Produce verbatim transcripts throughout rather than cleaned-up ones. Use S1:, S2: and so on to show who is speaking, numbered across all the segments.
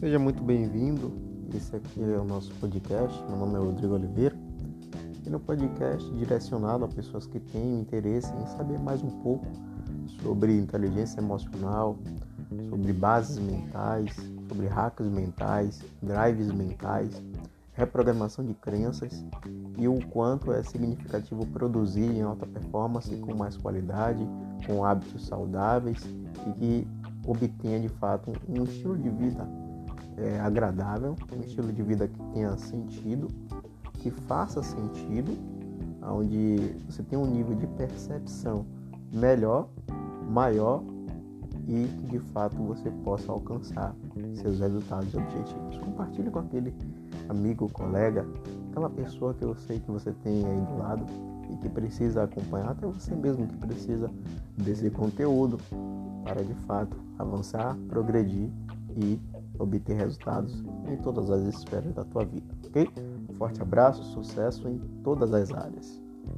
S1: Seja muito bem-vindo. Esse aqui é o nosso podcast. Meu nome é Rodrigo Oliveira. E no podcast direcionado a pessoas que têm interesse em saber mais um pouco sobre inteligência emocional, sobre bases mentais, sobre hacks mentais, drives mentais, reprogramação de crenças e o quanto é significativo produzir em alta performance com mais qualidade, com hábitos saudáveis e que obtenha de fato um estilo de vida é, agradável, um estilo de vida que tenha sentido, que faça sentido, onde você tenha um nível de percepção melhor, maior e que de fato você possa alcançar seus resultados e objetivos. Compartilhe com aquele amigo, colega, aquela pessoa que eu sei que você tem aí do lado e que precisa acompanhar, até você mesmo que precisa desse conteúdo para de fato avançar, progredir e obter resultados em todas as esferas da tua vida, ok? Um forte abraço, sucesso em todas as áreas.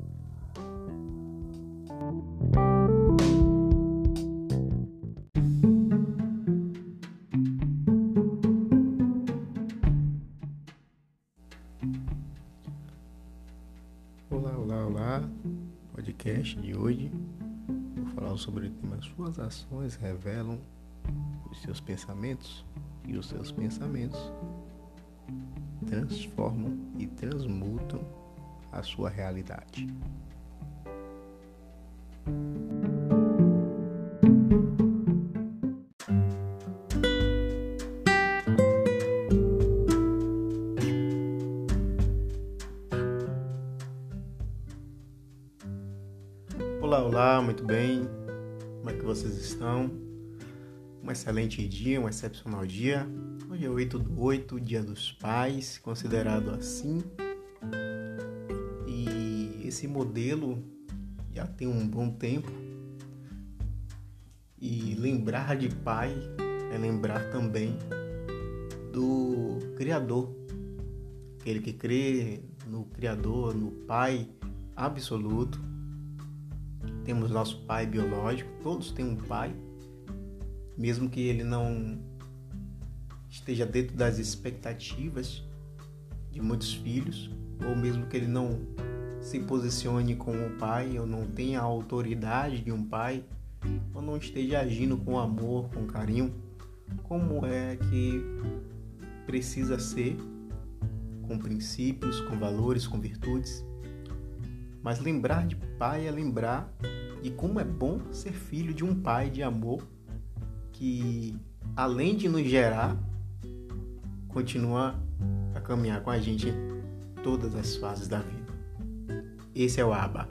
S1: Olá, olá, olá, podcast de hoje. Vou falar sobre o tema Suas ações revelam os seus pensamentos e os seus pensamentos transformam e transmutam a sua realidade. Olá, olá, muito bem. Como é que vocês estão? Um excelente dia, um excepcional dia. Hoje é oito do oito, Dia dos Pais, considerado assim. E esse modelo já tem um bom tempo. E lembrar de pai é lembrar também do Criador. Aquele que crê no Criador, no Pai absoluto. Temos nosso pai biológico, todos têm um pai, mesmo que ele não esteja dentro das expectativas de muitos filhos, ou mesmo que ele não se posicione como pai, ou não tenha a autoridade de um pai, ou não esteja agindo com amor, com carinho, como é que precisa ser, com princípios, com valores, com virtudes. Mas lembrar de pai é lembrar de como é bom ser filho de um pai de amor que, além de nos gerar, continua a caminhar com a gente em todas as fases da vida. Esse é o Abba.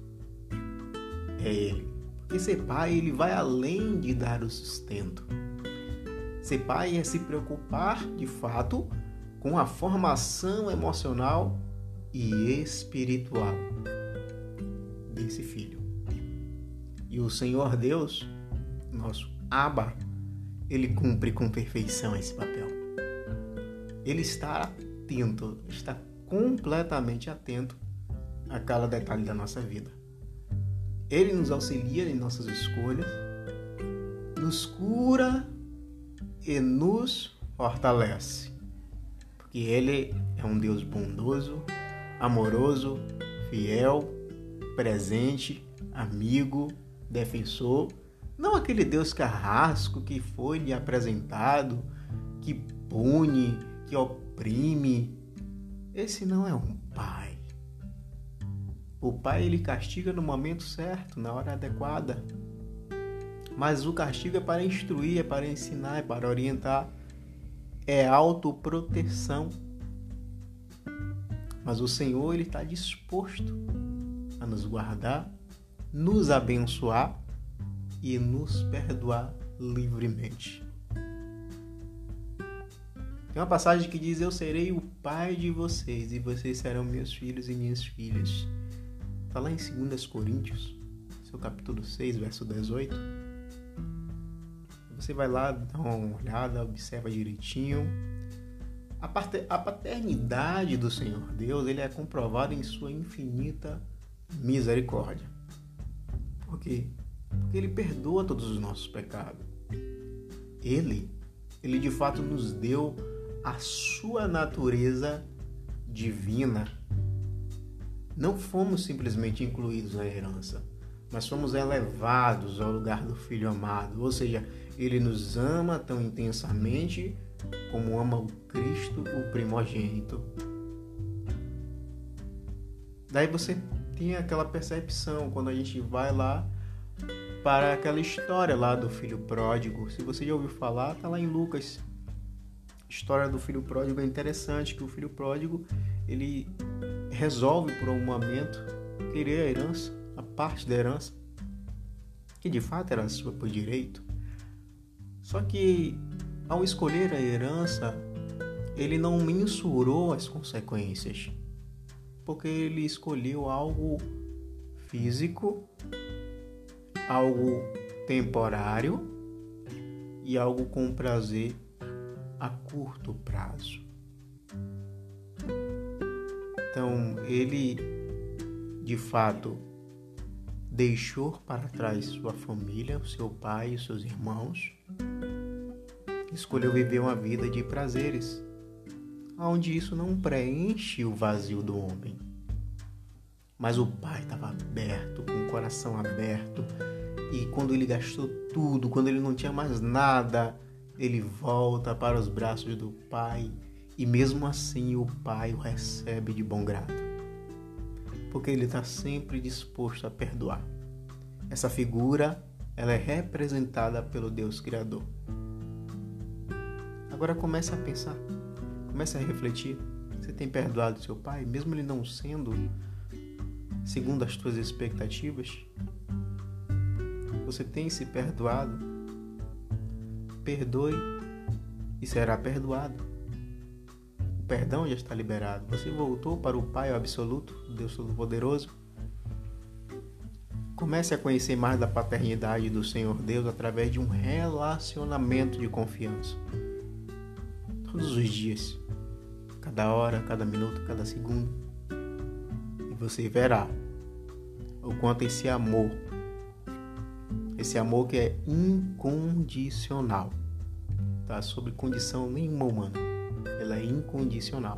S1: É ele. Porque ser pai, ele vai além de dar o sustento. Ser pai é se preocupar, de fato, com a formação emocional e espiritual desse filho. E o Senhor Deus, nosso Abba, ele cumpre com perfeição esse papel. Ele está atento, está completamente atento a cada detalhe da nossa vida. Ele nos auxilia em nossas escolhas, nos cura e nos fortalece. Porque ele é um Deus bondoso, amoroso, fiel, presente, amigo, defensor, não aquele Deus carrasco que foi lhe apresentado, que pune, que oprime. Esse não é um pai. O pai, ele castiga no momento certo, na hora adequada. Mas o castigo é para instruir, é para ensinar, é para orientar. É autoproteção. Mas o Senhor, ele está disposto a nos guardar, nos abençoar e nos perdoar livremente. Tem uma passagem que diz: eu serei o pai de vocês e vocês serão meus filhos e minhas filhas. Está lá em dois Coríntios, seu capítulo seis, verso dezoito. Você vai lá, dá uma olhada, observa direitinho. A paternidade do Senhor Deus, ele é comprovada em sua infinita misericórdia. Por quê? Porque ele perdoa todos os nossos pecados. Ele ele de fato nos deu a sua natureza divina. Não fomos simplesmente incluídos na herança, mas fomos elevados ao lugar do Filho amado. Ou seja, ele nos ama tão intensamente como ama o Cristo, o primogênito. Daí você tem aquela percepção quando a gente vai lá para aquela história lá do filho pródigo. Se você já ouviu falar, está lá em Lucas. A história do filho pródigo é interessante, que o filho pródigo, ele resolve por um momento querer a herança, a parte da herança, que de fato era sua por direito. Só que ao escolher a herança, ele não mensurou as consequências, porque ele escolheu algo físico, algo temporário e algo com prazer a curto prazo. Então, ele, de fato, deixou para trás sua família, o seu pai e seus irmãos, escolheu viver uma vida de prazeres, onde isso não preenche o vazio do homem. Mas o pai estava aberto, com o coração aberto, e quando ele gastou tudo, quando ele não tinha mais nada, ele volta para os braços do pai, e mesmo assim o pai o recebe de bom grado, porque ele está sempre disposto a perdoar. Essa figura, ela é representada pelo Deus Criador. Agora comece a pensar, comece a refletir. Você tem perdoado seu pai, mesmo ele não sendo segundo as tuas expectativas? Você tem se perdoado? Perdoe e será perdoado. O perdão já está liberado. Você voltou para o Pai absoluto, Deus Todo-Poderoso. Comece a conhecer mais da paternidade do Senhor Deus através de um relacionamento de confiança. Todos os dias, cada hora, cada minuto, cada segundo. E você verá o quanto esse amor, esse amor que é incondicional, tá sob condição nenhuma humana, ela é incondicional.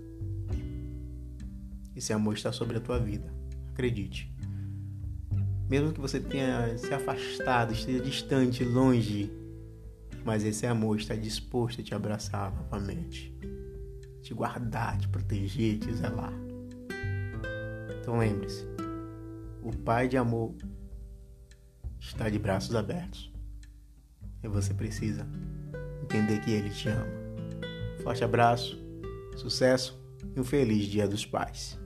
S1: Esse amor está sobre a tua vida, acredite. Mesmo que você tenha se afastado, esteja distante, longe, mas esse amor está disposto a te abraçar novamente, te guardar, te proteger, te zelar. Então lembre-se, o Pai de amor está de braços abertos. E você precisa entender que Ele te ama. Forte abraço, sucesso e um feliz Dia dos Pais.